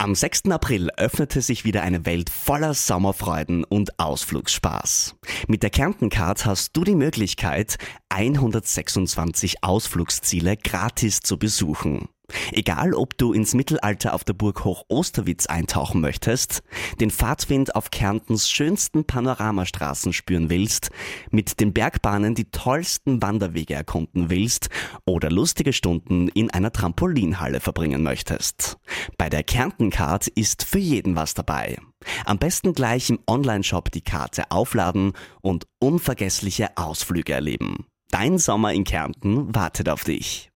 Am 6. April öffnete sich wieder eine Welt voller Sommerfreuden und Ausflugsspaß. Mit der Kärnten Card hast du die Möglichkeit, 126 Ausflugsziele gratis zu besuchen. Egal, ob du ins Mittelalter auf der Burg Hoch Osterwitz eintauchen möchtest, den Fahrtwind auf Kärntens schönsten Panoramastraßen spüren willst, mit den Bergbahnen die tollsten Wanderwege erkunden willst oder lustige Stunden in einer Trampolinhalle verbringen möchtest. Bei der Kärnten Card ist für jeden was dabei. Am besten gleich im Onlineshop die Karte aufladen und unvergessliche Ausflüge erleben. Dein Sommer in Kärnten wartet auf dich.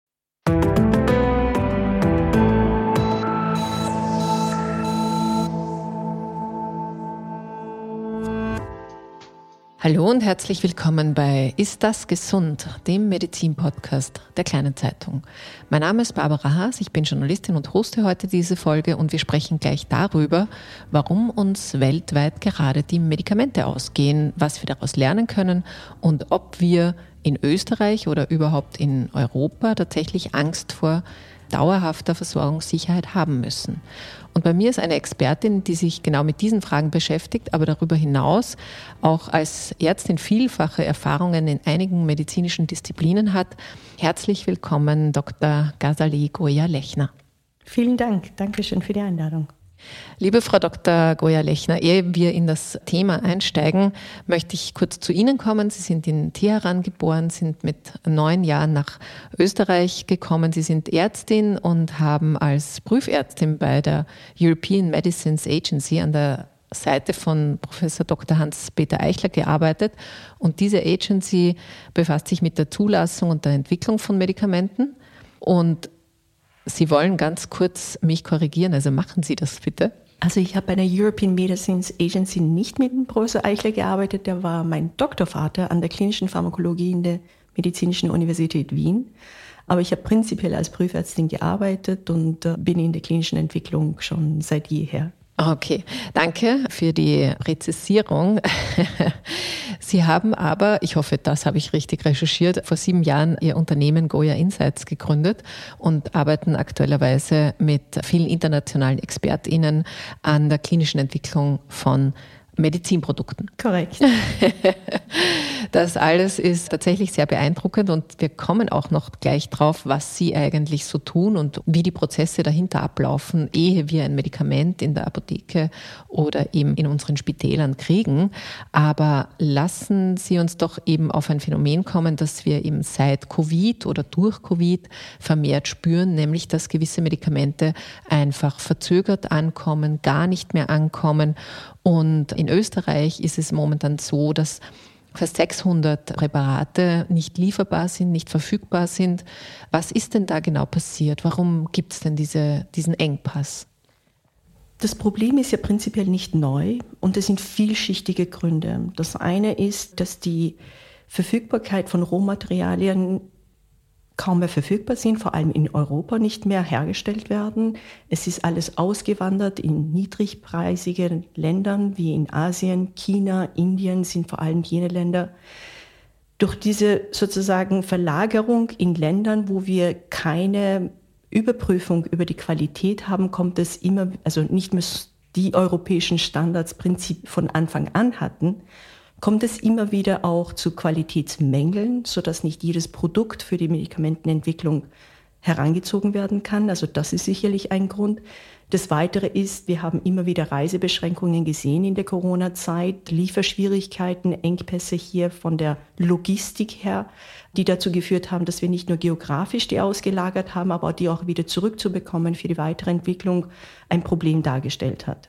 Hallo und herzlich willkommen bei Ist das gesund?, dem Medizin-Podcast der Kleinen Zeitung. Mein Name ist Barbara Haas, ich bin Journalistin und hoste heute diese Folge und wir sprechen gleich darüber, warum uns weltweit gerade die Medikamente ausgehen, was wir daraus lernen können und ob wir in Österreich oder überhaupt in Europa tatsächlich Angst vor dauerhafter Versorgungssicherheit haben müssen. Und bei mir ist eine Expertin, die sich genau mit diesen Fragen beschäftigt, aber darüber hinaus auch als Ärztin vielfache Erfahrungen in einigen medizinischen Disziplinen hat. Herzlich willkommen, Dr. Ghazali Goya-Lechner. Vielen Dank. Dankeschön für die Einladung. Liebe Frau Dr. Goya-Lechner, ehe wir in das Thema einsteigen, möchte ich kurz zu Ihnen kommen. Sie sind in Teheran geboren, sind mit 9 Jahren nach Österreich gekommen. Sie sind Ärztin und haben als Prüfärztin bei der European Medicines Agency an der Seite von Professor Dr. Hans-Peter Eichler gearbeitet. Und diese Agency befasst sich mit der Zulassung und der Entwicklung von Medikamenten. Und Sie wollen ganz kurz mich korrigieren, also machen Sie das bitte. Also ich habe bei der European Medicines Agency nicht mit dem Professor Eichler gearbeitet, der war mein Doktorvater an der klinischen Pharmakologie in der Medizinischen Universität Wien. Aber ich habe prinzipiell als Prüfärztin gearbeitet und bin in der klinischen Entwicklung schon seit jeher. Okay, danke für die Präzisierung. Sie haben aber, ich hoffe, das habe ich richtig recherchiert, vor 7 Jahren Ihr Unternehmen Goya Insights gegründet und arbeiten aktuellerweise mit vielen internationalen ExpertInnen an der klinischen Entwicklung von Medizinprodukten. Korrekt. Das alles ist tatsächlich sehr beeindruckend und wir kommen auch noch gleich drauf, was Sie eigentlich so tun und wie die Prozesse dahinter ablaufen, ehe wir ein Medikament in der Apotheke oder eben in unseren Spitälern kriegen. Aber lassen Sie uns doch eben auf ein Phänomen kommen, das wir eben seit Covid oder durch Covid vermehrt spüren, nämlich dass gewisse Medikamente einfach verzögert ankommen, gar nicht mehr ankommen. Und in Österreich ist es momentan so, dass fast 600 Präparate nicht lieferbar sind, nicht verfügbar sind. Was ist denn da genau passiert? Warum gibt es denn diesen Engpass? Das Problem ist ja prinzipiell nicht neu und es sind vielschichtige Gründe. Das eine ist, dass die Verfügbarkeit von Rohmaterialien kaum mehr verfügbar sind, vor allem in Europa nicht mehr hergestellt werden. Es ist alles ausgewandert in niedrigpreisige Ländern wie in Asien, China, Indien sind vor allem jene Länder. Durch diese sozusagen Verlagerung in Ländern, wo wir keine Überprüfung über die Qualität haben, kommt es immer, also nicht mehr die europäischen Standards Prinzip von Anfang an hatten, kommt es immer wieder auch zu Qualitätsmängeln, sodass nicht jedes Produkt für die Medikamentenentwicklung herangezogen werden kann. Also das ist sicherlich ein Grund. Das Weitere ist, wir haben immer wieder Reisebeschränkungen gesehen in der Corona-Zeit, Lieferschwierigkeiten, Engpässe hier von der Logistik her, die dazu geführt haben, dass wir nicht nur geografisch die ausgelagert haben, aber die auch wieder zurückzubekommen für die weitere Entwicklung ein Problem dargestellt hat.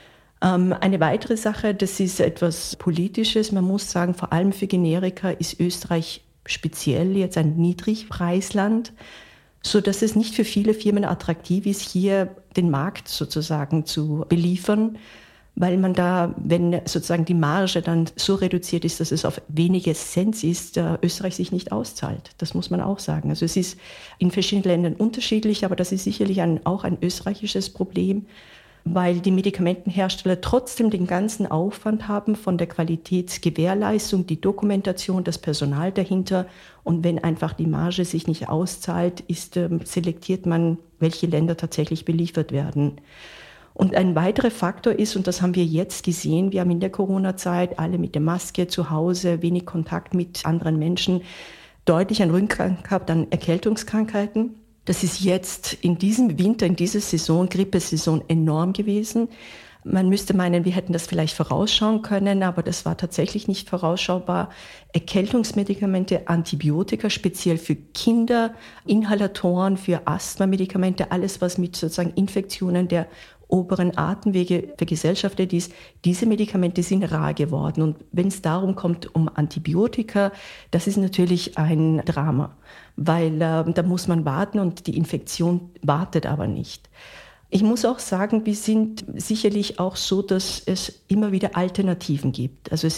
Eine weitere Sache, das ist etwas Politisches. Man muss sagen, vor allem für Generika ist Österreich speziell jetzt ein Niedrigpreisland, so dass es nicht für viele Firmen attraktiv ist, hier den Markt sozusagen zu beliefern, weil man da, wenn sozusagen die Marge dann so reduziert ist, dass es auf wenige Cent ist, Österreich sich nicht auszahlt. Das muss man auch sagen. Also es ist in verschiedenen Ländern unterschiedlich, aber das ist sicherlich auch ein österreichisches Problem, weil die Medikamentenhersteller trotzdem den ganzen Aufwand haben von der Qualitätsgewährleistung, die Dokumentation, das Personal dahinter. Und wenn einfach die Marge sich nicht auszahlt, selektiert man, welche Länder tatsächlich beliefert werden. Und ein weiterer Faktor ist, und das haben wir jetzt gesehen, wir haben in der Corona-Zeit alle mit der Maske zu Hause, wenig Kontakt mit anderen Menschen, deutlich einen Rückgang gehabt an Erkältungskrankheiten. Das ist jetzt in diesem Winter, in dieser Saison, Grippesaison, enorm gewesen. Man müsste meinen, wir hätten das vielleicht vorausschauen können, aber das war tatsächlich nicht vorausschaubar. Erkältungsmedikamente, Antibiotika, speziell für Kinder, Inhalatoren, für Asthma-Medikamente, alles, was mit sozusagen Infektionen der oberen Atemwege vergesellschaftet ist, diese Medikamente sind rar geworden. Und wenn es darum kommt, um Antibiotika, das ist natürlich ein Drama, weil da muss man warten und die Infektion wartet aber nicht. Ich muss auch sagen, wir sind sicherlich auch so, dass es immer wieder Alternativen gibt. Also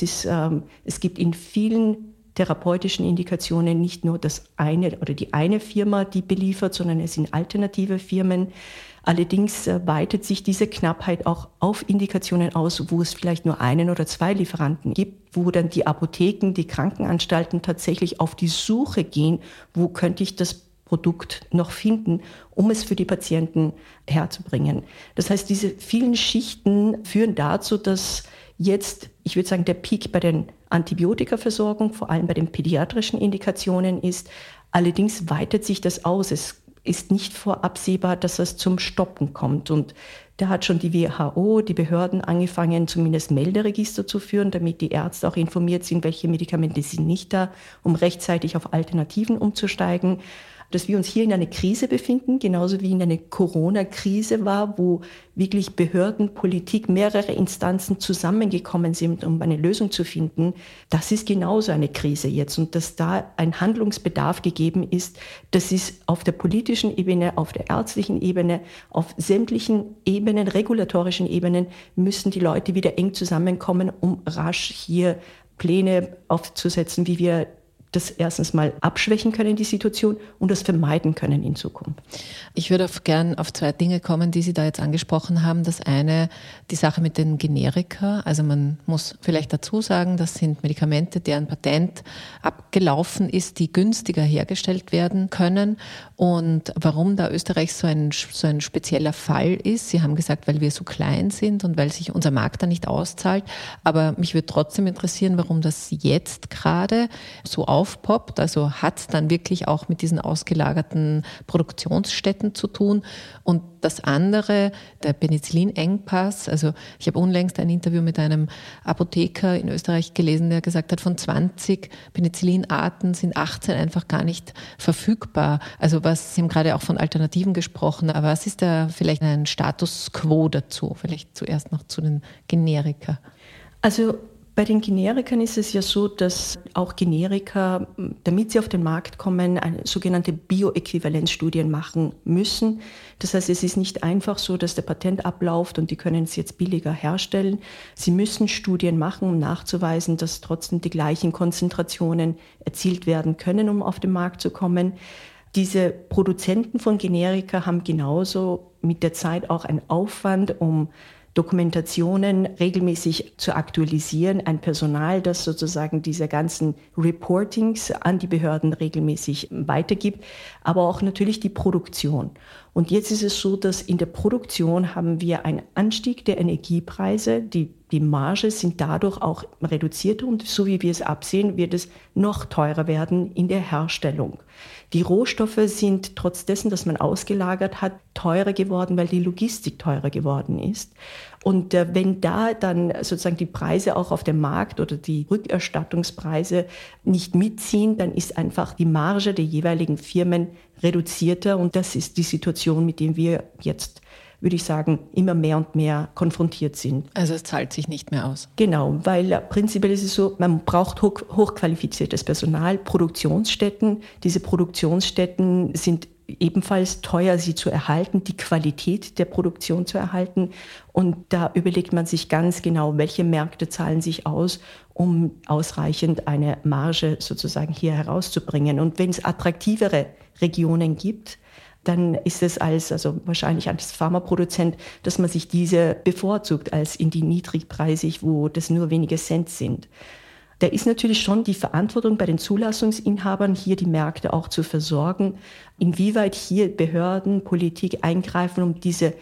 es gibt in vielen therapeutischen Indikationen nicht nur das eine oder die eine Firma, die beliefert, sondern es sind alternative Firmen. Allerdings weitet sich diese Knappheit auch auf Indikationen aus, wo es vielleicht nur einen oder zwei Lieferanten gibt, wo dann die Apotheken, die Krankenanstalten tatsächlich auf die Suche gehen, wo könnte ich das Produkt noch finden, um es für die Patienten herzubringen. Das heißt, diese vielen Schichten führen dazu, dass jetzt, ich würde sagen, der Peak bei den Antibiotikaversorgung, vor allem bei den pädiatrischen Indikationen ist. Allerdings weitet sich das aus. Es ist nicht vorabsehbar, dass es zum Stoppen kommt. Und da hat schon die WHO, die Behörden angefangen, zumindest Melderegister zu führen, damit die Ärzte auch informiert sind, welche Medikamente sind nicht da, um rechtzeitig auf Alternativen umzusteigen. Dass wir uns hier in einer Krise befinden, genauso wie in einer Corona-Krise war, wo wirklich Behörden, Politik, mehrere Instanzen zusammengekommen sind, um eine Lösung zu finden. Das ist genauso eine Krise jetzt. Und dass da ein Handlungsbedarf gegeben ist, das ist auf der politischen Ebene, auf der ärztlichen Ebene, auf sämtlichen Ebenen, regulatorischen Ebenen, müssen die Leute wieder eng zusammenkommen, um rasch hier Pläne aufzusetzen, wie wir das erstens mal abschwächen können, die Situation, und das vermeiden können in Zukunft. Ich würde gern auf zwei Dinge kommen, die Sie da jetzt angesprochen haben. Das eine, die Sache mit den Generika. Also man muss vielleicht dazu sagen, das sind Medikamente, deren Patent abgelaufen ist, die günstiger hergestellt werden können. Und warum da Österreich so ein spezieller Fall ist, Sie haben gesagt, weil wir so klein sind und weil sich unser Markt da nicht auszahlt. Aber mich würde trotzdem interessieren, warum das jetzt gerade so aufpoppt. Also hat es dann wirklich auch mit diesen ausgelagerten Produktionsstätten zu tun. Und das andere, der Penicillin-Engpass. Also ich habe unlängst ein Interview mit einem Apotheker in Österreich gelesen, der gesagt hat, von 20 Penicillinarten sind 18 einfach gar nicht verfügbar. Also Sie haben gerade auch von Alternativen gesprochen, aber was ist da vielleicht ein Status quo dazu? Vielleicht zuerst noch zu den Generika. Also bei den Generikern ist es ja so, dass auch Generika, damit sie auf den Markt kommen, eine sogenannte Bioäquivalenzstudien machen müssen. Das heißt, es ist nicht einfach so, dass der Patent abläuft und die können es jetzt billiger herstellen. Sie müssen Studien machen, um nachzuweisen, dass trotzdem die gleichen Konzentrationen erzielt werden können, um auf den Markt zu kommen. Diese Produzenten von Generika haben genauso mit der Zeit auch einen Aufwand, um Dokumentationen regelmäßig zu aktualisieren, ein Personal, das sozusagen diese ganzen Reportings an die Behörden regelmäßig weitergibt, aber auch natürlich die Produktion. Und jetzt ist es so, dass in der Produktion haben wir einen Anstieg der Energiepreise, die Marge sind dadurch auch reduziert und so wie wir es absehen, wird es noch teurer werden in der Herstellung. Die Rohstoffe sind trotz dessen, dass man ausgelagert hat, teurer geworden, weil die Logistik teurer geworden ist. Und wenn da dann sozusagen die Preise auch auf dem Markt oder die Rückerstattungspreise nicht mitziehen, dann ist einfach die Marge der jeweiligen Firmen reduzierter. Und das ist die Situation, mit der wir jetzt, würde ich sagen, immer mehr und mehr konfrontiert sind. Also es zahlt sich nicht mehr aus. Genau, weil prinzipiell ist es so, man braucht hochqualifiziertes Personal, Produktionsstätten. Diese Produktionsstätten sind ebenfalls teuer, sie zu erhalten, die Qualität der Produktion zu erhalten. Und da überlegt man sich ganz genau, welche Märkte zahlen sich aus, um ausreichend eine Marge sozusagen hier herauszubringen. Und wenn es attraktivere Regionen gibt, dann ist es wahrscheinlich als Pharmaproduzent, dass man sich diese bevorzugt als in die niedrigpreisig, wo das nur wenige Cent sind. Da ist natürlich schon die Verantwortung bei den Zulassungsinhabern, hier die Märkte auch zu versorgen, inwieweit hier Behörden, Politik eingreifen, um diese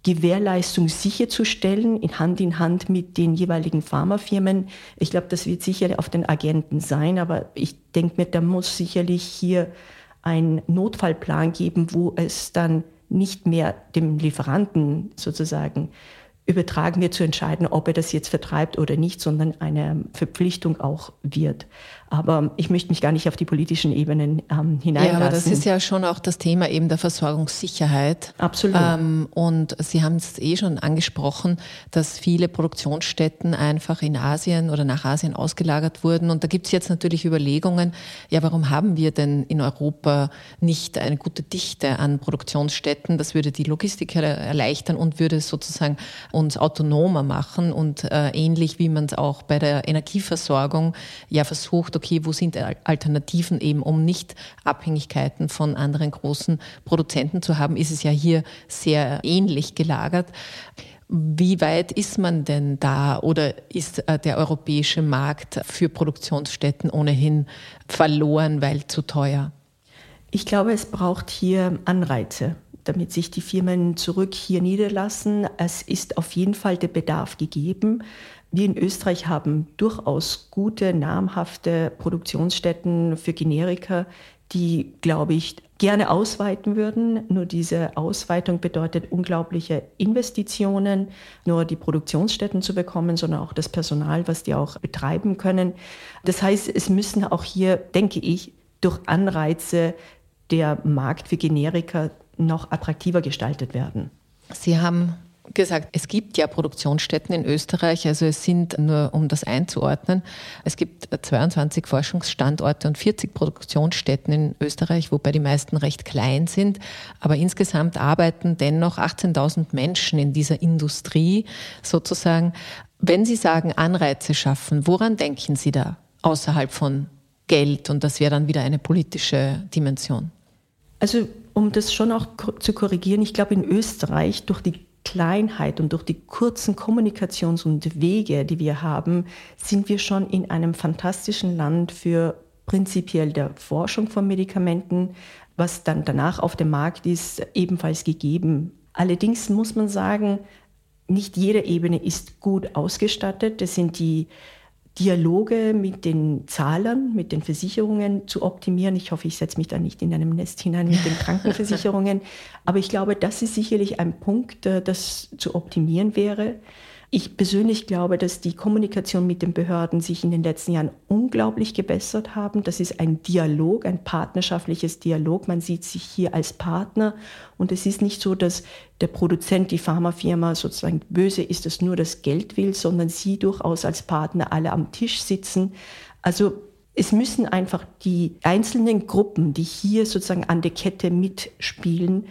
Gewährleistung sicherzustellen, in Hand mit den jeweiligen Pharmafirmen. Ich glaube, das wird sicher auf den Agenten sein, aber ich denke mir, da muss sicherlich hier ein Notfallplan geben, wo es dann nicht mehr dem Lieferanten sozusagen übertragen wird, zu entscheiden, ob er das jetzt vertreibt oder nicht, sondern eine Verpflichtung auch wird. Aber ich möchte mich gar nicht auf die politischen Ebenen hineinlassen. Ja, aber das ist ja schon auch das Thema eben der Versorgungssicherheit. Absolut. Und Sie haben es schon angesprochen, dass viele Produktionsstätten einfach in Asien oder nach Asien ausgelagert wurden. Und da gibt es jetzt natürlich Überlegungen, ja, warum haben wir denn in Europa nicht eine gute Dichte an Produktionsstätten? Das würde die Logistik erleichtern und würde sozusagen uns autonomer machen und ähnlich wie man es auch bei der Energieversorgung ja versucht, okay, wo sind Alternativen eben, um nicht Abhängigkeiten von anderen großen Produzenten zu haben, ist es ja hier sehr ähnlich gelagert. Wie weit ist man denn da oder ist der europäische Markt für Produktionsstätten ohnehin verloren, weil zu teuer? Ich glaube, es braucht hier Anreize, damit sich die Firmen zurück hier niederlassen. Es ist auf jeden Fall der Bedarf gegeben. Wir in Österreich haben durchaus gute, namhafte Produktionsstätten für Generika, die, glaube ich, gerne ausweiten würden. Nur diese Ausweitung bedeutet unglaubliche Investitionen, nur die Produktionsstätten zu bekommen, sondern auch das Personal, was die auch betreiben können. Das heißt, es müssen auch hier, denke ich, durch Anreize der Markt für Generika noch attraktiver gestaltet werden. Sie haben gesagt, es gibt ja Produktionsstätten in Österreich, also es sind, nur um das einzuordnen, es gibt 22 Forschungsstandorte und 40 Produktionsstätten in Österreich, wobei die meisten recht klein sind, aber insgesamt arbeiten dennoch 18.000 Menschen in dieser Industrie sozusagen. Wenn Sie sagen, Anreize schaffen, woran denken Sie da außerhalb von Geld? Und das wäre dann wieder eine politische Dimension. Also um das schon auch zu korrigieren, ich glaube in Österreich durch die Kleinheit und durch die kurzen Kommunikations- und Wege, die wir haben, sind wir schon in einem fantastischen Land für prinzipiell der Forschung von Medikamenten, was dann danach auf dem Markt ist, ebenfalls gegeben. Allerdings muss man sagen, nicht jede Ebene ist gut ausgestattet. Das sind die Dialoge mit den Zahlern, mit den Versicherungen zu optimieren. Ich hoffe, ich setze mich da nicht in einem Nest hinein mit den Krankenversicherungen. Aber ich glaube, das ist sicherlich ein Punkt, das zu optimieren wäre. Ich persönlich glaube, dass die Kommunikation mit den Behörden sich in den letzten Jahren unglaublich gebessert haben. Das ist ein Dialog, ein partnerschaftliches Dialog. Man sieht sich hier als Partner. Und es ist nicht so, dass der Produzent, die Pharmafirma sozusagen böse ist, dass nur das Geld will, sondern sie durchaus als Partner alle am Tisch sitzen. Also es müssen einfach die einzelnen Gruppen, die hier sozusagen an der Kette mitspielen,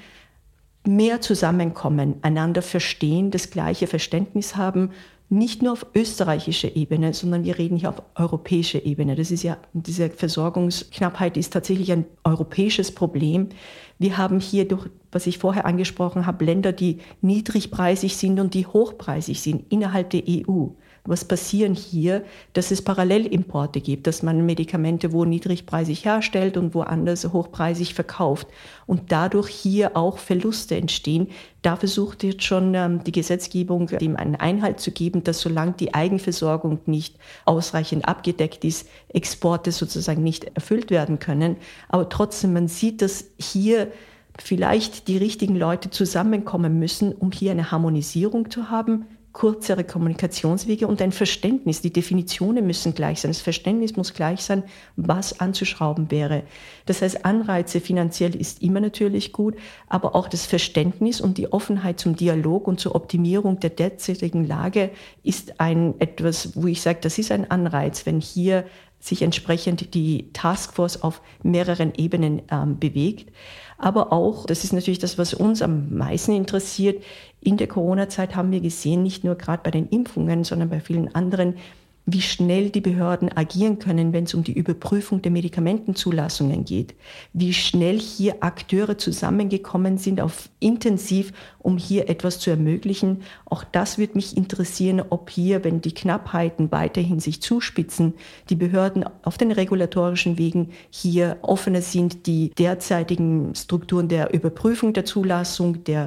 mehr zusammenkommen, einander verstehen, das gleiche Verständnis haben, nicht nur auf österreichischer Ebene, sondern wir reden hier auf europäischer Ebene. Das ist ja, diese Versorgungsknappheit ist tatsächlich ein europäisches Problem. Wir haben hier durch, was ich vorher angesprochen habe, Länder, die niedrigpreisig sind und die hochpreisig sind innerhalb der EU. Was passiert hier, dass es Parallelimporte gibt, dass man Medikamente wo niedrigpreisig herstellt und woanders hochpreisig verkauft und dadurch hier auch Verluste entstehen. Da versucht jetzt schon die Gesetzgebung, dem einen Einhalt zu geben, dass solange die Eigenversorgung nicht ausreichend abgedeckt ist, Exporte sozusagen nicht erfüllt werden können. Aber trotzdem, man sieht, dass hier vielleicht die richtigen Leute zusammenkommen müssen, um hier eine Harmonisierung zu haben, kürzere Kommunikationswege und ein Verständnis. Die Definitionen müssen gleich sein. Das Verständnis muss gleich sein, was anzuschrauben wäre. Das heißt, Anreize finanziell ist immer natürlich gut, aber auch das Verständnis und die Offenheit zum Dialog und zur Optimierung der derzeitigen Lage ist etwas, wo ich sage, das ist ein Anreiz, wenn hier sich entsprechend die Taskforce auf mehreren Ebenen bewegt. Aber auch, das ist natürlich das, was uns am meisten interessiert, in der Corona-Zeit haben wir gesehen, nicht nur gerade bei den Impfungen, sondern bei vielen anderen, wie schnell die Behörden agieren können, wenn es um die Überprüfung der Medikamentenzulassungen geht. Wie schnell hier Akteure zusammengekommen sind, intensiv, um hier etwas zu ermöglichen. Auch das wird mich interessieren, ob hier, wenn die Knappheiten weiterhin sich zuspitzen, die Behörden auf den regulatorischen Wegen hier offener sind, die derzeitigen Strukturen der Überprüfung der Zulassung, der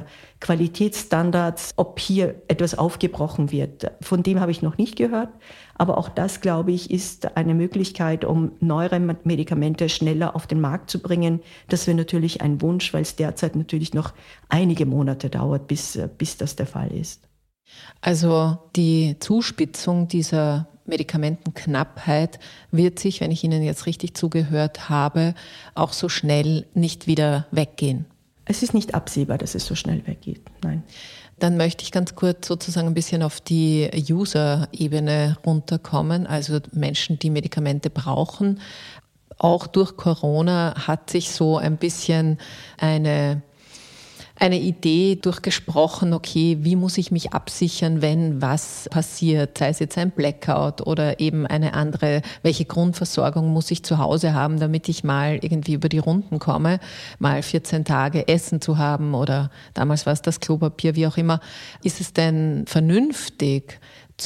Qualitätsstandards, ob hier etwas aufgebrochen wird. Von dem habe ich noch nicht gehört. Aber auch das, glaube ich, ist eine Möglichkeit, um neuere Medikamente schneller auf den Markt zu bringen. Das wäre natürlich ein Wunsch, weil es derzeit natürlich noch einige Monate dauert, bis das der Fall ist. Also die Zuspitzung dieser Medikamentenknappheit wird sich, wenn ich Ihnen jetzt richtig zugehört habe, auch so schnell nicht wieder weggehen. Es ist nicht absehbar, dass es so schnell weggeht, nein. Dann möchte ich ganz kurz sozusagen ein bisschen auf die User-Ebene runterkommen, also Menschen, die Medikamente brauchen. Auch durch Corona hat sich so ein bisschen eine Idee durchgesprochen, okay, wie muss ich mich absichern, wenn was passiert, sei es jetzt ein Blackout oder eben eine andere, welche Grundversorgung muss ich zu Hause haben, damit ich mal irgendwie über die Runden komme, mal 14 Tage Essen zu haben oder damals war es das Klopapier, wie auch immer. Ist es denn vernünftig,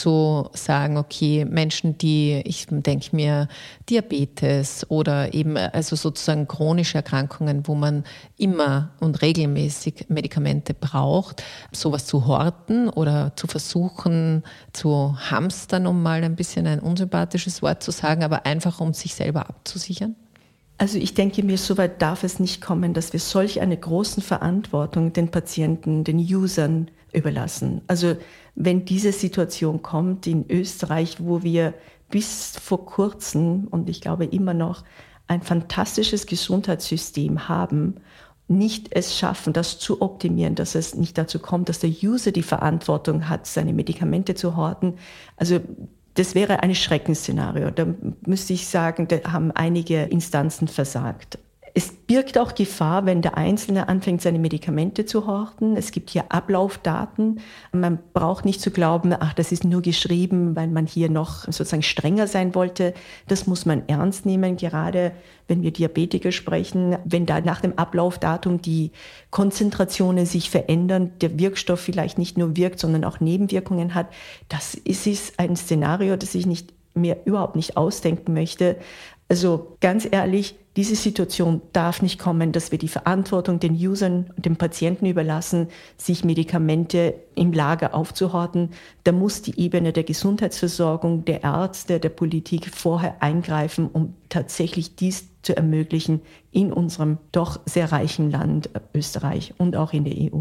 zu sagen, okay, Menschen, die, ich denke mir, Diabetes oder eben also sozusagen chronische Erkrankungen, wo man immer und regelmäßig Medikamente braucht, sowas zu horten oder zu versuchen zu hamstern, um mal ein bisschen ein unsympathisches Wort zu sagen, aber einfach um sich selber abzusichern? Also ich denke mir, so weit darf es nicht kommen, dass wir solch eine große Verantwortung den Patienten, den Usern überlassen. Also wenn diese Situation kommt in Österreich, wo wir bis vor kurzem und ich glaube immer noch ein fantastisches Gesundheitssystem haben, nicht es schaffen, das zu optimieren, dass es nicht dazu kommt, dass der User die Verantwortung hat, seine Medikamente zu horten. Also das wäre ein Schreckensszenario. Da müsste ich sagen, da haben einige Instanzen versagt. Es birgt auch Gefahr, wenn der Einzelne anfängt, seine Medikamente zu horten. Es gibt hier Ablaufdaten. Man braucht nicht zu glauben, ach, das ist nur geschrieben, weil man hier noch sozusagen strenger sein wollte. Das muss man ernst nehmen, gerade wenn wir Diabetiker sprechen. Wenn da nach dem Ablaufdatum die Konzentrationen sich verändern, der Wirkstoff vielleicht nicht nur wirkt, sondern auch Nebenwirkungen hat, das ist ein Szenario, das ich mir überhaupt nicht ausdenken möchte. Also ganz ehrlich, diese Situation darf nicht kommen, dass wir die Verantwortung den Usern und den Patienten überlassen, sich Medikamente im Lager aufzuhorten. Da muss die Ebene der Gesundheitsversorgung, der Ärzte, der Politik vorher eingreifen, um tatsächlich dies zu ermöglichen in unserem doch sehr reichen Land Österreich und auch in der EU.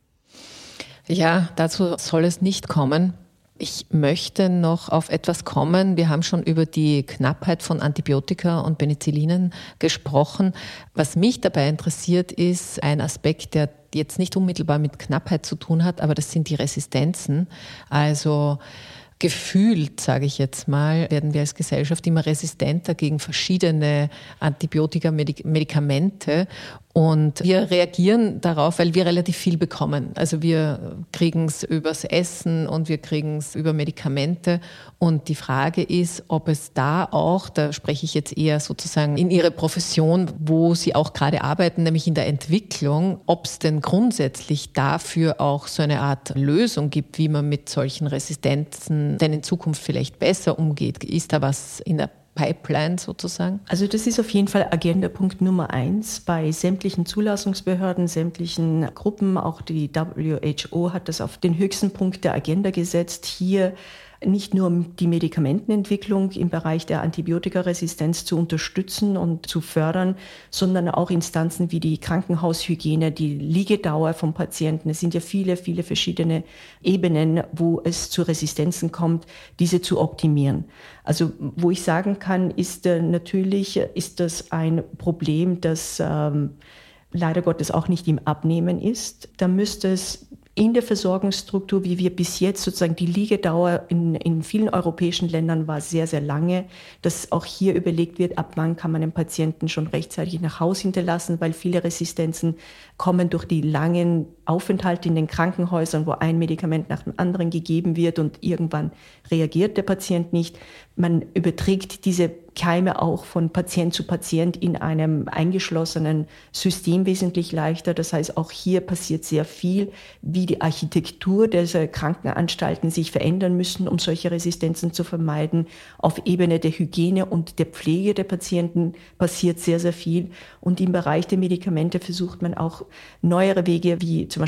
Ja, dazu soll es nicht kommen. Ich möchte noch auf etwas kommen. Wir haben schon über die Knappheit von Antibiotika und Penicillinen gesprochen. Was mich dabei interessiert, ist ein Aspekt, der jetzt nicht unmittelbar mit Knappheit zu tun hat, aber das sind die Resistenzen. Also gefühlt, sage ich jetzt mal, werden wir als Gesellschaft immer resistenter gegen verschiedene Antibiotika-Medikamente. Und wir reagieren darauf, weil wir relativ viel bekommen. Also wir kriegen es übers Essen und wir kriegen es über Medikamente. Und die Frage ist, ob es da auch, da spreche ich jetzt eher sozusagen in Ihre Profession, wo Sie auch gerade arbeiten, nämlich in der Entwicklung, ob es denn grundsätzlich dafür auch so eine Art Lösung gibt, wie man mit solchen Resistenzen denn in Zukunft vielleicht besser umgeht. Ist da was in der Pipeline sozusagen? Also das ist auf jeden Fall Agendapunkt Nummer 1 bei sämtlichen Zulassungsbehörden, sämtlichen Gruppen. Auch die WHO hat das auf den höchsten Punkt der Agenda gesetzt, hier nicht nur die Medikamentenentwicklung im Bereich der Antibiotikaresistenz zu unterstützen und zu fördern, sondern auch Instanzen wie die Krankenhaushygiene, die Liegedauer von Patienten. Es sind ja viele, viele verschiedene Ebenen, wo es zu Resistenzen kommt, diese zu optimieren. Also wo ich sagen kann, ist natürlich ist das ein Problem, das leider Gottes auch nicht im Abnehmen ist. Da müsste es in der Versorgungsstruktur, wie wir bis jetzt sozusagen die Liegedauer in vielen europäischen Ländern war sehr, sehr lange, dass auch hier überlegt wird, ab wann kann man den Patienten schon rechtzeitig nach Hause hinterlassen, weil viele Resistenzen kommen durch die langen Aufenthalte in den Krankenhäusern, wo ein Medikament nach dem anderen gegeben wird und irgendwann reagiert der Patient nicht. Man überträgt diese Keime auch von Patient zu Patient in einem eingeschlossenen System wesentlich leichter. Das heißt, auch hier passiert sehr viel, wie die Architektur dieser Krankenanstalten sich verändern müssen, um solche Resistenzen zu vermeiden. Auf Ebene der Hygiene und der Pflege der Patienten passiert sehr, sehr viel. Und im Bereich der Medikamente versucht man auch neuere Wege, wie zum Beispiel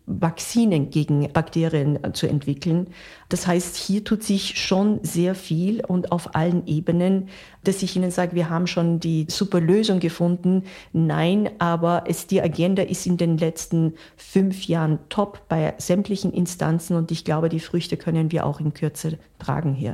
Vakzinen gegen Bakterien zu entwickeln. Das heißt, hier tut sich schon sehr viel und auf allen Ebenen, dass ich Ihnen sage, wir haben schon die super Lösung gefunden. Nein, aber die Agenda ist in den letzten 5 Jahren top bei sämtlichen Instanzen und ich glaube, die Früchte können wir auch in Kürze tragen hier.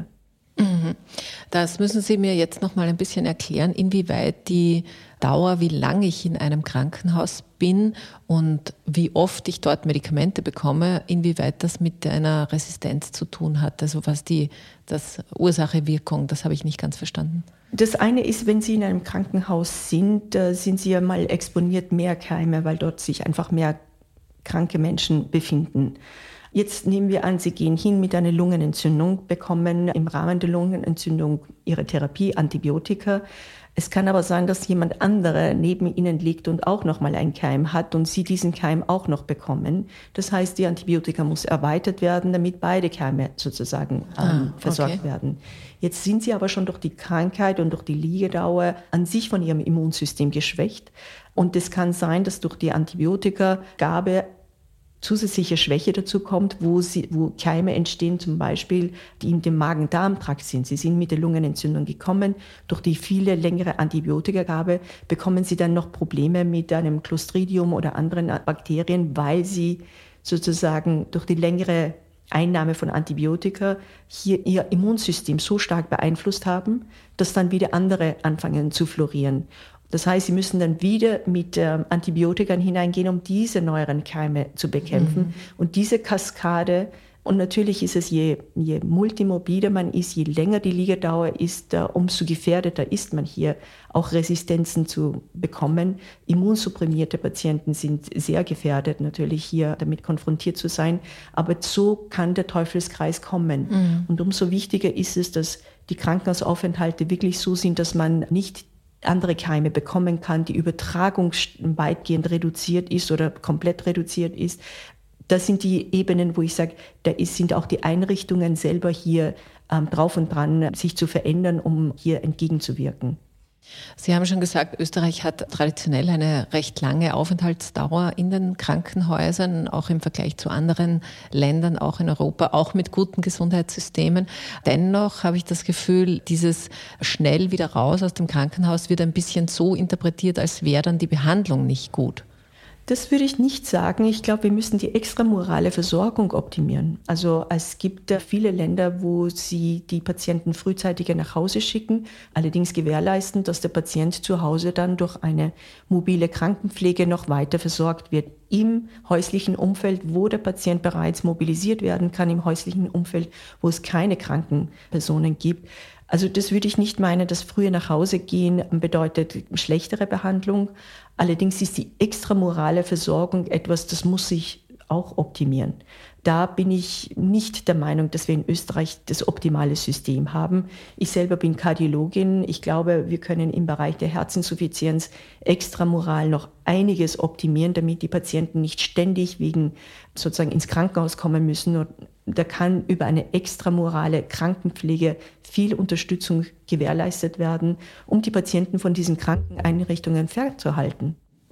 Das müssen Sie mir jetzt noch mal ein bisschen erklären, inwieweit die Dauer, wie lange ich in einem Krankenhaus bin und wie oft ich dort Medikamente bekomme, inwieweit das mit einer Resistenz zu tun hat. Also was das Ursache-Wirkung, das habe ich nicht ganz verstanden. Das eine ist, wenn Sie in einem Krankenhaus sind Sie ja mal exponiert mehr Keime, weil dort sich einfach mehr kranke Menschen befinden. Jetzt nehmen wir an, Sie gehen hin mit einer Lungenentzündung, bekommen im Rahmen der Lungenentzündung Ihre Therapie, Antibiotika. Es kann aber sein, dass jemand anderer neben Ihnen liegt und auch noch mal einen Keim hat und Sie diesen Keim auch noch bekommen. Das heißt, die Antibiotika muss erweitert werden, damit beide Keime sozusagen versorgt werden. Jetzt sind Sie aber schon durch die Krankheit und durch die Liegedauer an sich von Ihrem Immunsystem geschwächt. Und es kann sein, dass durch die Antibiotikagabe zusätzliche Schwäche dazu kommt, wo Keime entstehen, zum Beispiel, die in dem Magen-Darm-Trakt sind. Sie sind mit der Lungenentzündung gekommen. Durch die viele längere Antibiotikagabe bekommen Sie dann noch Probleme mit einem Clostridium oder anderen Bakterien, weil Sie sozusagen durch die längere Einnahme von Antibiotika hier Ihr Immunsystem so stark beeinflusst haben, dass dann wieder andere anfangen zu florieren. Das heißt, Sie müssen dann wieder mit Antibiotika hineingehen, um diese neueren Keime zu bekämpfen. Und diese Kaskade, und natürlich ist es, je multimorbider man ist, je länger die Liegedauer ist, umso gefährdeter ist man hier, auch Resistenzen zu bekommen. Immunsupprimierte Patienten sind sehr gefährdet, natürlich hier damit konfrontiert zu sein. Aber so kann der Teufelskreis kommen. Und umso wichtiger ist es, dass die Krankenhausaufenthalte wirklich so sind, dass man nicht andere Keime bekommen kann, die Übertragung weitgehend reduziert ist oder komplett reduziert ist. Das sind die Ebenen, wo ich sage, sind auch die Einrichtungen selber hier drauf und dran, sich zu verändern, um hier entgegenzuwirken. Sie haben schon gesagt, Österreich hat traditionell eine recht lange Aufenthaltsdauer in den Krankenhäusern, auch im Vergleich zu anderen Ländern, auch in Europa, auch mit guten Gesundheitssystemen. Dennoch habe ich das Gefühl, dieses schnell wieder raus aus dem Krankenhaus wird ein bisschen so interpretiert, als wäre dann die Behandlung nicht gut. Das würde ich nicht sagen. Ich glaube, wir müssen die extramorale Versorgung optimieren. Also es gibt viele Länder, wo sie die Patienten frühzeitiger nach Hause schicken, allerdings gewährleisten, dass der Patient zu Hause dann durch eine mobile Krankenpflege noch weiter versorgt wird. Im häuslichen Umfeld, wo der Patient bereits mobilisiert werden kann, im häuslichen Umfeld, wo es keine Krankenpersonen gibt. Also das würde ich nicht meinen, dass früher nach Hause gehen bedeutet schlechtere Behandlung. Allerdings ist die extramorale Versorgung etwas, das muss sich auch optimieren. Da bin ich nicht der Meinung, dass wir in Österreich das optimale System haben. Ich selber bin Kardiologin. Ich glaube, wir können im Bereich der Herzinsuffizienz extramoral noch einiges optimieren, damit die Patienten nicht ständig wegen sozusagen ins Krankenhaus kommen müssen. Und da kann über eine extramorale Krankenpflege viel Unterstützung gewährleistet werden, um die Patienten von diesen Krankeneinrichtungen fernzuhalten.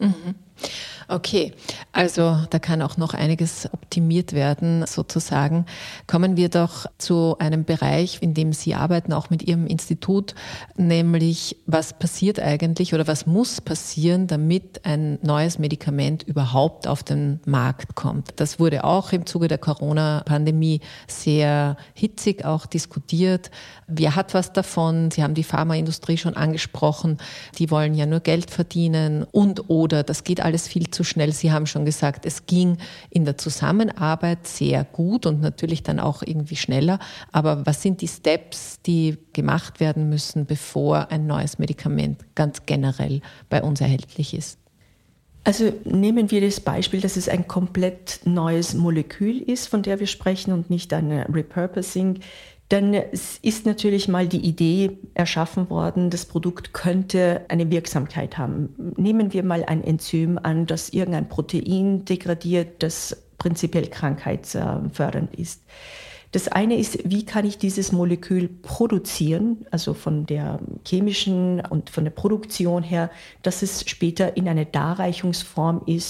Okay, also da kann auch noch einiges optimiert werden, sozusagen. Kommen wir doch zu einem Bereich, in dem Sie arbeiten, auch mit Ihrem Institut, nämlich was passiert eigentlich oder was muss passieren, damit ein neues Medikament überhaupt auf den Markt kommt. Das wurde auch im Zuge der Corona-Pandemie sehr hitzig auch diskutiert. Wer hat was davon? Sie haben die Pharmaindustrie schon angesprochen. Die wollen ja nur Geld verdienen oder das geht alles viel zu schnell. Sie haben schon gesagt, es ging in der Zusammenarbeit sehr gut und natürlich dann auch irgendwie schneller. Aber was sind die Steps, die gemacht werden müssen, bevor ein neues Medikament ganz generell bei uns erhältlich ist? Also nehmen wir das Beispiel, dass es ein komplett neues Molekül ist, von der wir sprechen und nicht ein Repurposing. Dann ist natürlich mal die Idee erschaffen worden, das Produkt könnte eine Wirksamkeit haben. Nehmen wir mal ein Enzym an, das irgendein Protein degradiert, das prinzipiell krankheitsfördernd ist. Das eine ist, wie kann ich dieses Molekül produzieren, also von der chemischen und von der Produktion her, dass es später in einer Darreichungsform ist,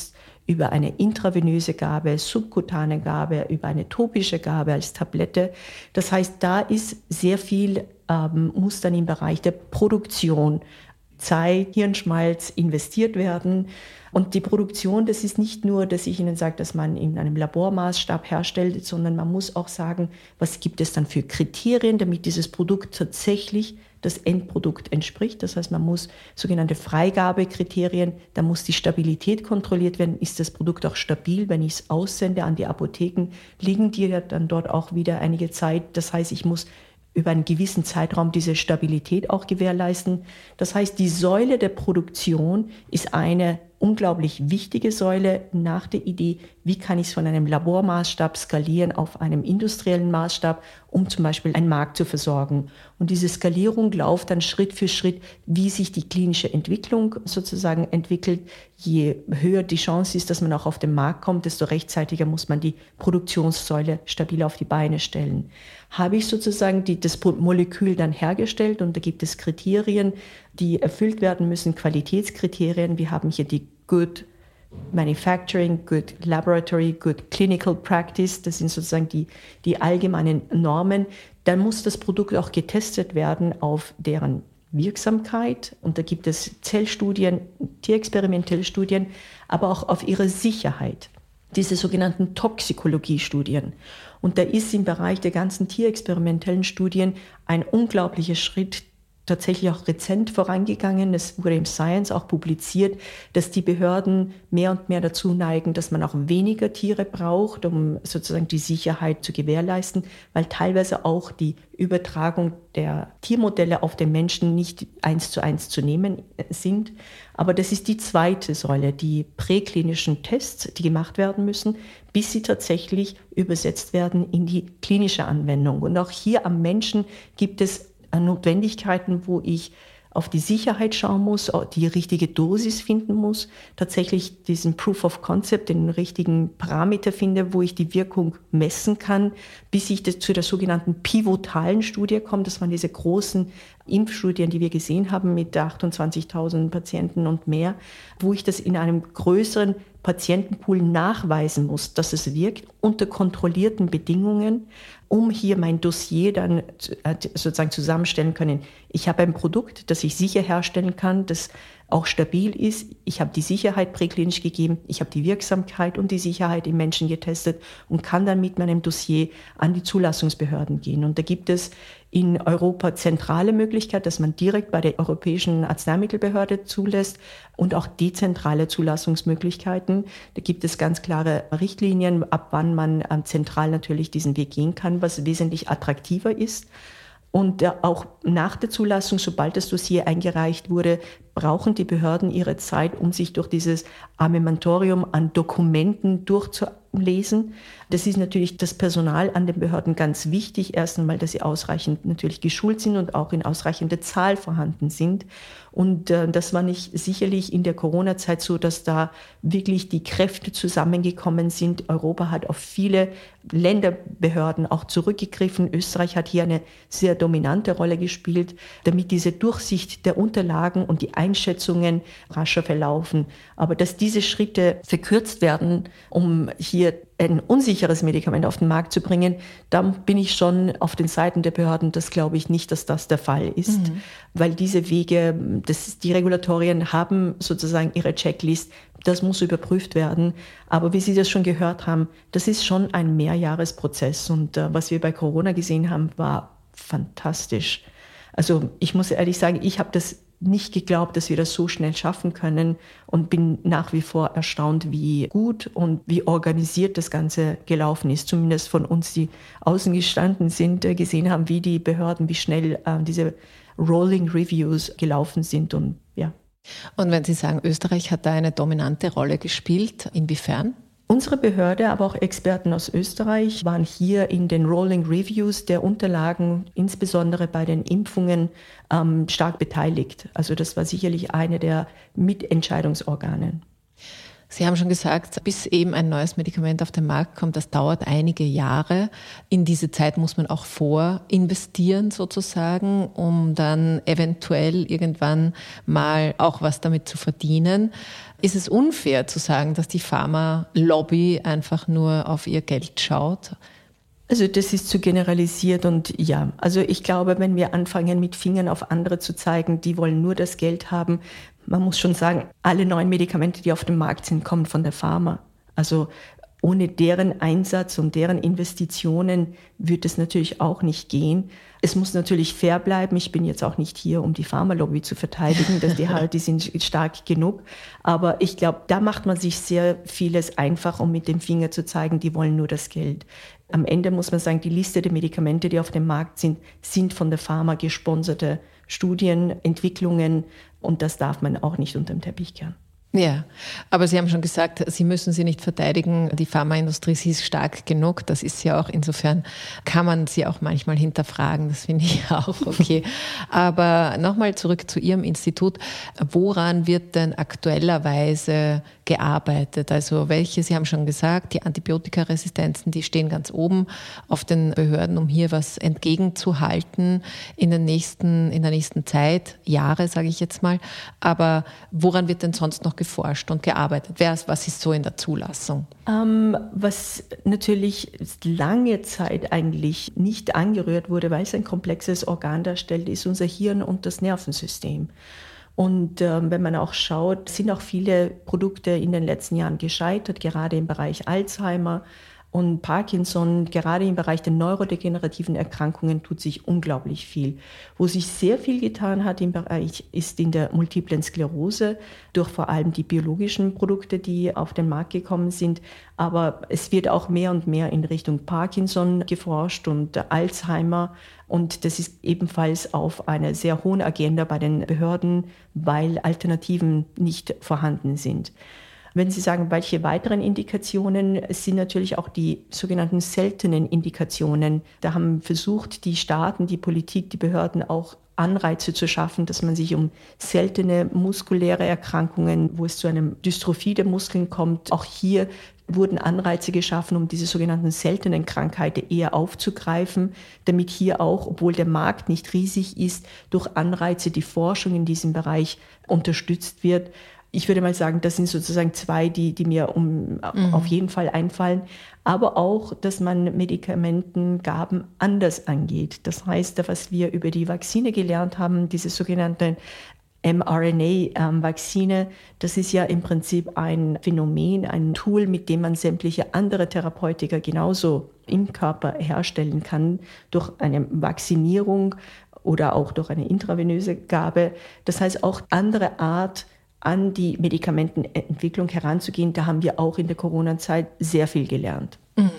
über eine intravenöse Gabe, subkutane Gabe, über eine topische Gabe als Tablette. Das heißt, da ist sehr viel, muss dann im Bereich der Produktion Zeit, Hirnschmalz investiert werden. Und die Produktion, das ist nicht nur, dass ich Ihnen sage, dass man in einem Labormaßstab herstellt, sondern man muss auch sagen, was gibt es dann für Kriterien, damit dieses Produkt tatsächlich das Endprodukt entspricht. Das heißt, man muss sogenannte Freigabekriterien, da muss die Stabilität kontrolliert werden. Ist das Produkt auch stabil? Wenn ich es aussende an die Apotheken, liegen die ja dann dort auch wieder einige Zeit. Das heißt, ich muss über einen gewissen Zeitraum diese Stabilität auch gewährleisten. Das heißt, die Säule der Produktion ist eine unglaublich wichtige Säule nach der Idee, wie kann ich es von einem Labormaßstab skalieren auf einem industriellen Maßstab, um zum Beispiel einen Markt zu versorgen. Und diese Skalierung läuft dann Schritt für Schritt, wie sich die klinische Entwicklung sozusagen entwickelt. Je höher die Chance ist, dass man auch auf den Markt kommt, desto rechtzeitiger muss man die Produktionssäule stabil auf die Beine stellen. Habe ich sozusagen das Molekül dann hergestellt und da gibt es Kriterien, die erfüllt werden müssen, Qualitätskriterien. Wir haben hier die Good Manufacturing, Good Laboratory, Good Clinical Practice. Das sind sozusagen die allgemeinen Normen. Dann muss das Produkt auch getestet werden auf deren Wirksamkeit. Und da gibt es Zellstudien, tierexperimentelle Studien, aber auch auf ihre Sicherheit. Diese sogenannten Toxikologiestudien. Und da ist im Bereich der ganzen tierexperimentellen Studien ein unglaublicher Schritt tatsächlich auch rezent vorangegangen. Es wurde im Science auch publiziert, dass die Behörden mehr und mehr dazu neigen, dass man auch weniger Tiere braucht, um sozusagen die Sicherheit zu gewährleisten, weil teilweise auch die Übertragung der Tiermodelle auf den Menschen nicht 1:1 zu nehmen sind. Aber das ist die zweite Säule, die präklinischen Tests, die gemacht werden müssen, bis sie tatsächlich übersetzt werden in die klinische Anwendung. Und auch hier am Menschen gibt es Notwendigkeiten, wo ich auf die Sicherheit schauen muss, die richtige Dosis finden muss, tatsächlich diesen Proof of Concept, den richtigen Parameter finde, wo ich die Wirkung messen kann, bis ich zu der sogenannten pivotalen Studie komme. Das waren diese großen Impfstudien, die wir gesehen haben mit 28.000 Patienten und mehr, wo ich das in einem größeren Patientenpool nachweisen muss, dass es wirkt unter kontrollierten Bedingungen, um hier mein Dossier dann sozusagen zusammenstellen können. Ich habe ein Produkt, das ich sicher herstellen kann, das auch stabil ist. Ich habe die Sicherheit präklinisch gegeben, ich habe die Wirksamkeit und die Sicherheit im Menschen getestet und kann dann mit meinem Dossier an die Zulassungsbehörden gehen. Und da gibt es in Europa zentrale Möglichkeit, dass man direkt bei der Europäischen Arzneimittelbehörde zulässt und auch dezentrale Zulassungsmöglichkeiten. Da gibt es ganz klare Richtlinien, ab wann man zentral natürlich diesen Weg gehen kann, was wesentlich attraktiver ist. Und auch nach der Zulassung, sobald das Dossier eingereicht wurde, brauchen die Behörden ihre Zeit, um sich durch dieses Armamentorium an Dokumenten durchzulesen. Das ist natürlich das Personal an den Behörden ganz wichtig. Erst einmal, dass sie ausreichend natürlich geschult sind und auch in ausreichender Zahl vorhanden sind. Und das war nicht sicherlich in der Corona-Zeit so, dass da wirklich die Kräfte zusammengekommen sind. Europa hat auf viele Länderbehörden auch zurückgegriffen. Österreich hat hier eine sehr dominante Rolle gespielt, damit diese Durchsicht der Unterlagen und die Einschätzungen rascher verlaufen. Aber dass diese Schritte verkürzt werden, um hier ein unsicheres Medikament auf den Markt zu bringen, dann bin ich schon auf den Seiten der Behörden. Das glaube ich nicht, dass das der Fall ist, weil diese Wege, die Regulatorien haben sozusagen ihre Checklist, das muss überprüft werden. Aber wie Sie das schon gehört haben, das ist schon ein Mehrjahresprozess und was wir bei Corona gesehen haben, war fantastisch. Also ich muss ehrlich sagen, ich habe das nicht geglaubt, dass wir das so schnell schaffen können und bin nach wie vor erstaunt, wie gut und wie organisiert das Ganze gelaufen ist. Zumindest von uns, die außen gestanden sind, gesehen haben, wie die Behörden, wie schnell diese Rolling Reviews gelaufen sind und ja. Und wenn Sie sagen, Österreich hat da eine dominante Rolle gespielt, inwiefern? Unsere Behörde, aber auch Experten aus Österreich waren hier in den Rolling Reviews der Unterlagen, insbesondere bei den Impfungen, stark beteiligt. Also das war sicherlich eine der Mitentscheidungsorgane. Sie haben schon gesagt, bis eben ein neues Medikament auf den Markt kommt, das dauert einige Jahre. In diese Zeit muss man auch vorinvestieren sozusagen, um dann eventuell irgendwann mal auch was damit zu verdienen. Ist es unfair zu sagen, dass die Pharma-Lobby einfach nur auf ihr Geld schaut? Also das ist zu generalisiert und ja, also ich glaube, wenn wir anfangen mit Fingern auf andere zu zeigen, die wollen nur das Geld haben, man muss schon sagen, alle neuen Medikamente, die auf dem Markt sind, kommen von der Pharma. Also ohne deren Einsatz und deren Investitionen wird es natürlich auch nicht gehen. Es muss natürlich fair bleiben. Ich bin jetzt auch nicht hier, um die Pharmalobby zu verteidigen, die sind stark genug. Aber ich glaube, da macht man sich sehr vieles einfach, um mit dem Finger zu zeigen, die wollen nur das Geld. Am Ende muss man sagen, die Liste der Medikamente, die auf dem Markt sind von der Pharma gesponserte Studien, Entwicklungen und das darf man auch nicht unter den Teppich kehren. Ja, aber Sie haben schon gesagt, Sie müssen sie nicht verteidigen. Die Pharmaindustrie, sie ist stark genug. Das ist sie auch. Insofern kann man sie auch manchmal hinterfragen. Das finde ich auch okay. Aber nochmal zurück zu Ihrem Institut. Woran wird denn aktuellerweise gearbeitet? Also Sie haben schon gesagt, die Antibiotikaresistenzen, die stehen ganz oben auf den Behörden, um hier was entgegenzuhalten in der nächsten Zeit, Jahre, sage ich jetzt mal. Aber woran wird denn sonst noch geforscht und gearbeitet? Was ist so in der Zulassung? Was natürlich lange Zeit eigentlich nicht angerührt wurde, weil es ein komplexes Organ darstellt, ist unser Hirn und das Nervensystem. Und wenn man auch schaut, sind auch viele Produkte in den letzten Jahren gescheitert, gerade im Bereich Alzheimer und Parkinson. Gerade im Bereich der neurodegenerativen Erkrankungen tut sich unglaublich viel. Wo sich sehr viel getan hat im Bereich ist in der multiplen Sklerose, durch vor allem die biologischen Produkte, die auf den Markt gekommen sind. Aber es wird auch mehr und mehr in Richtung Parkinson geforscht und Alzheimer. Und das ist ebenfalls auf einer sehr hohen Agenda bei den Behörden, weil Alternativen nicht vorhanden sind. Wenn Sie sagen, welche weiteren Indikationen, es sind natürlich auch die sogenannten seltenen Indikationen. Da haben versucht, die Staaten, die Politik, die Behörden auch Anreize zu schaffen, dass man sich um seltene muskuläre Erkrankungen, wo es zu einer Dystrophie der Muskeln kommt, auch hier wurden Anreize geschaffen, um diese sogenannten seltenen Krankheiten eher aufzugreifen, damit hier auch, obwohl der Markt nicht riesig ist, durch Anreize die Forschung in diesem Bereich unterstützt wird. Ich würde mal sagen, das sind sozusagen zwei, die mir auf jeden Fall einfallen. Aber auch, dass man Medikamentengaben anders angeht. Das heißt, was wir über die Vakzine gelernt haben, diese sogenannte mRNA-Vakzine, das ist ja im Prinzip ein Phänomen, ein Tool, mit dem man sämtliche andere Therapeutika genauso im Körper herstellen kann, durch eine Vakzinierung oder auch durch eine intravenöse Gabe. Das heißt, auch andere Art, an die Medikamentenentwicklung heranzugehen. Da haben wir auch in der Corona-Zeit sehr viel gelernt.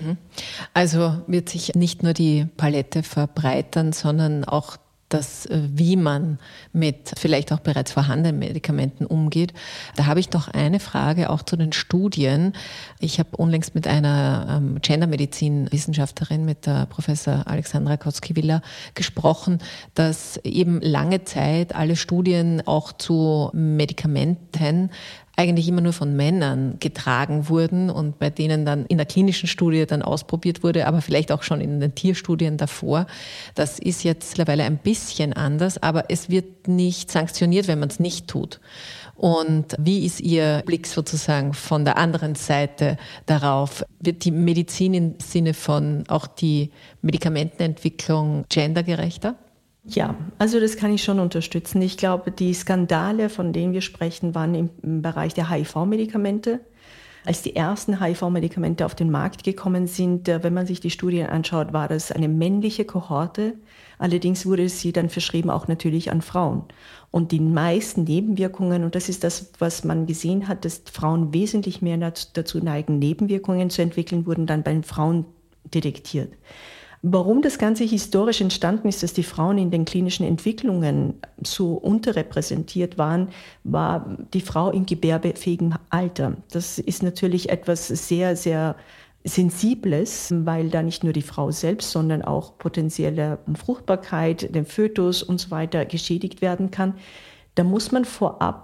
Also wird sich nicht nur die Palette verbreitern, sondern auch das, wie man mit vielleicht auch bereits vorhandenen Medikamenten umgeht. Da habe ich noch eine Frage auch zu den Studien. Ich habe unlängst mit einer Gendermedizin-Wissenschaftlerin, mit der Professor Alexandra Kotzki-Willer gesprochen, dass eben lange Zeit alle Studien auch zu Medikamenten eigentlich immer nur von Männern getragen wurden und bei denen dann in der klinischen Studie dann ausprobiert wurde, aber vielleicht auch schon in den Tierstudien davor. Das ist jetzt mittlerweile ein bisschen anders, aber es wird nicht sanktioniert, wenn man es nicht tut. Und wie ist Ihr Blick sozusagen von der anderen Seite darauf? Wird die Medizin im Sinne von auch die Medikamentenentwicklung gendergerechter? Ja, also das kann ich schon unterstützen. Ich glaube, die Skandale, von denen wir sprechen, waren im Bereich der HIV-Medikamente. Als die ersten HIV-Medikamente auf den Markt gekommen sind, wenn man sich die Studien anschaut, war das eine männliche Kohorte. Allerdings wurde sie dann verschrieben auch natürlich an Frauen. Und die meisten Nebenwirkungen, und das ist das, was man gesehen hat, dass Frauen wesentlich mehr dazu neigen, Nebenwirkungen zu entwickeln, wurden dann bei den Frauen detektiert. Warum das Ganze historisch entstanden ist, dass die Frauen in den klinischen Entwicklungen so unterrepräsentiert waren, war die Frau im gebärfähigen Alter. Das ist natürlich etwas sehr, sehr Sensibles, weil da nicht nur die Frau selbst, sondern auch potenzielle Fruchtbarkeit, den Fötus und so weiter geschädigt werden kann. Da muss man vorab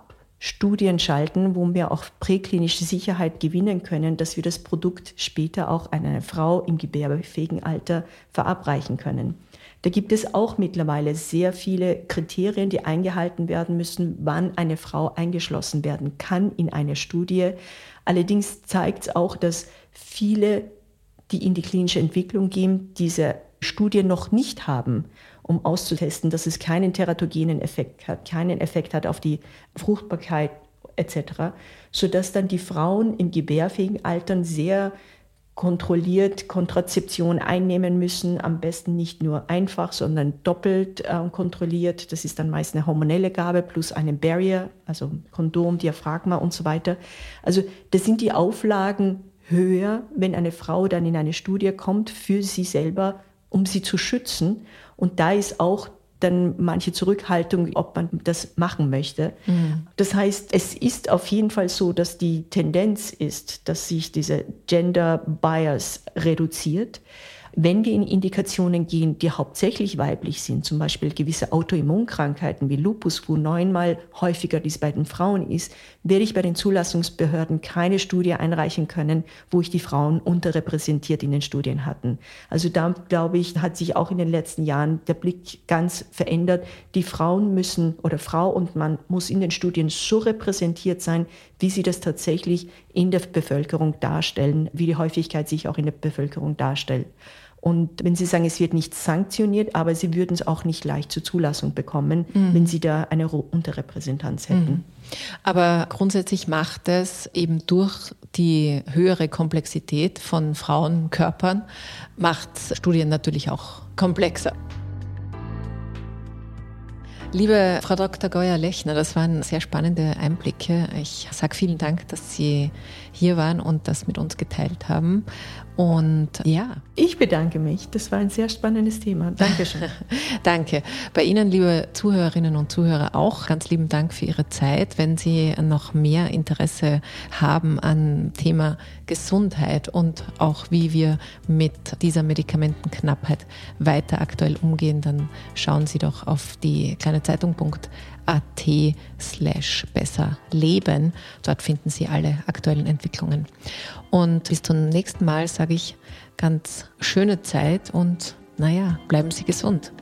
Studien schalten, wo wir auch präklinische Sicherheit gewinnen können, dass wir das Produkt später auch an eine Frau im gebärfähigen Alter verabreichen können. Da gibt es auch mittlerweile sehr viele Kriterien, die eingehalten werden müssen, wann eine Frau eingeschlossen werden kann in eine Studie. Allerdings zeigt es auch, dass viele, die in die klinische Entwicklung gehen, diese Studie noch nicht haben, um auszutesten, dass es keinen teratogenen Effekt hat, keinen Effekt hat auf die Fruchtbarkeit etc., sodass dann die Frauen im gebärfähigen Alter sehr kontrolliert Kontrazeption einnehmen müssen, am besten nicht nur einfach, sondern doppelt kontrolliert. Das ist dann meist eine hormonelle Gabe plus einen Barrier, also Kondom, Diaphragma und so weiter. Also das sind die Auflagen höher, wenn eine Frau dann in eine Studie kommt für sie selber, um sie zu schützen. Und da ist auch dann manche Zurückhaltung, ob man das machen möchte. Mhm. Das heißt, es ist auf jeden Fall so, dass die Tendenz ist, dass sich diese Gender Bias reduziert. Wenn wir in Indikationen gehen, die hauptsächlich weiblich sind, zum Beispiel gewisse Autoimmunkrankheiten wie Lupus, wo 9-mal häufiger dies bei den Frauen ist, werde ich bei den Zulassungsbehörden keine Studie einreichen können, wo ich die Frauen unterrepräsentiert in den Studien hatten. Also da, glaube ich, hat sich auch in den letzten Jahren der Blick ganz verändert. Die Frauen müssen, oder Frau und Mann muss in den Studien so repräsentiert sein, wie sie das tatsächlich in der Bevölkerung darstellen, wie die Häufigkeit sich auch in der Bevölkerung darstellt. Und wenn Sie sagen, es wird nicht sanktioniert, aber Sie würden es auch nicht leicht zur Zulassung bekommen, wenn Sie da eine Unterrepräsentanz hätten. Aber grundsätzlich macht es eben durch die höhere Komplexität von Frauenkörpern, macht Studien natürlich auch komplexer. Liebe Frau Dr. Goyer-Lechner, das waren sehr spannende Einblicke. Ich sage vielen Dank, dass Sie hier waren und das mit uns geteilt haben. Und ja. Ich bedanke mich. Das war ein sehr spannendes Thema. Dankeschön. Danke. Bei Ihnen, liebe Zuhörerinnen und Zuhörer, auch ganz lieben Dank für Ihre Zeit. Wenn Sie noch mehr Interesse haben an Thema Gesundheit und auch wie wir mit dieser Medikamentenknappheit weiter aktuell umgehen, dann schauen Sie doch auf die kleine Zeitung.at/besserleben. Dort finden Sie alle aktuellen Entwicklungen. Und bis zum nächsten Mal sage ich ganz schöne Zeit und bleiben Sie gesund.